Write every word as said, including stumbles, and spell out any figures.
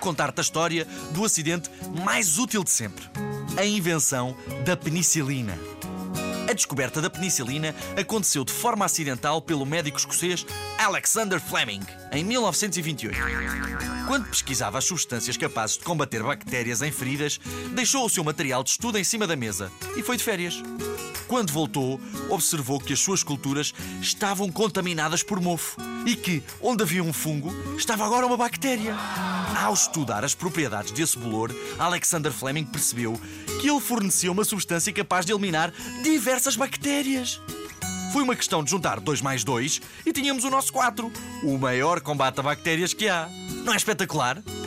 contar-te a história do acidente mais útil de sempre: a invenção da penicilina. A descoberta da penicilina aconteceu de forma acidental pelo médico escocês Alexander Fleming, em mil novecentos e vinte e oito. Quando pesquisava as substâncias capazes de combater bactérias em feridas, deixou o seu material de estudo em cima da mesa e foi de férias. Quando voltou, observou que as suas culturas estavam contaminadas por mofo e que, onde havia um fungo, estava agora uma bactéria. Ao estudar as propriedades desse bolor, Alexander Fleming percebeu que ele fornecia uma substância capaz de eliminar diversas bactérias. Foi uma questão de juntar dois mais dois e tínhamos o nosso quatro, o maior combate a bactérias que há. Não é espetacular?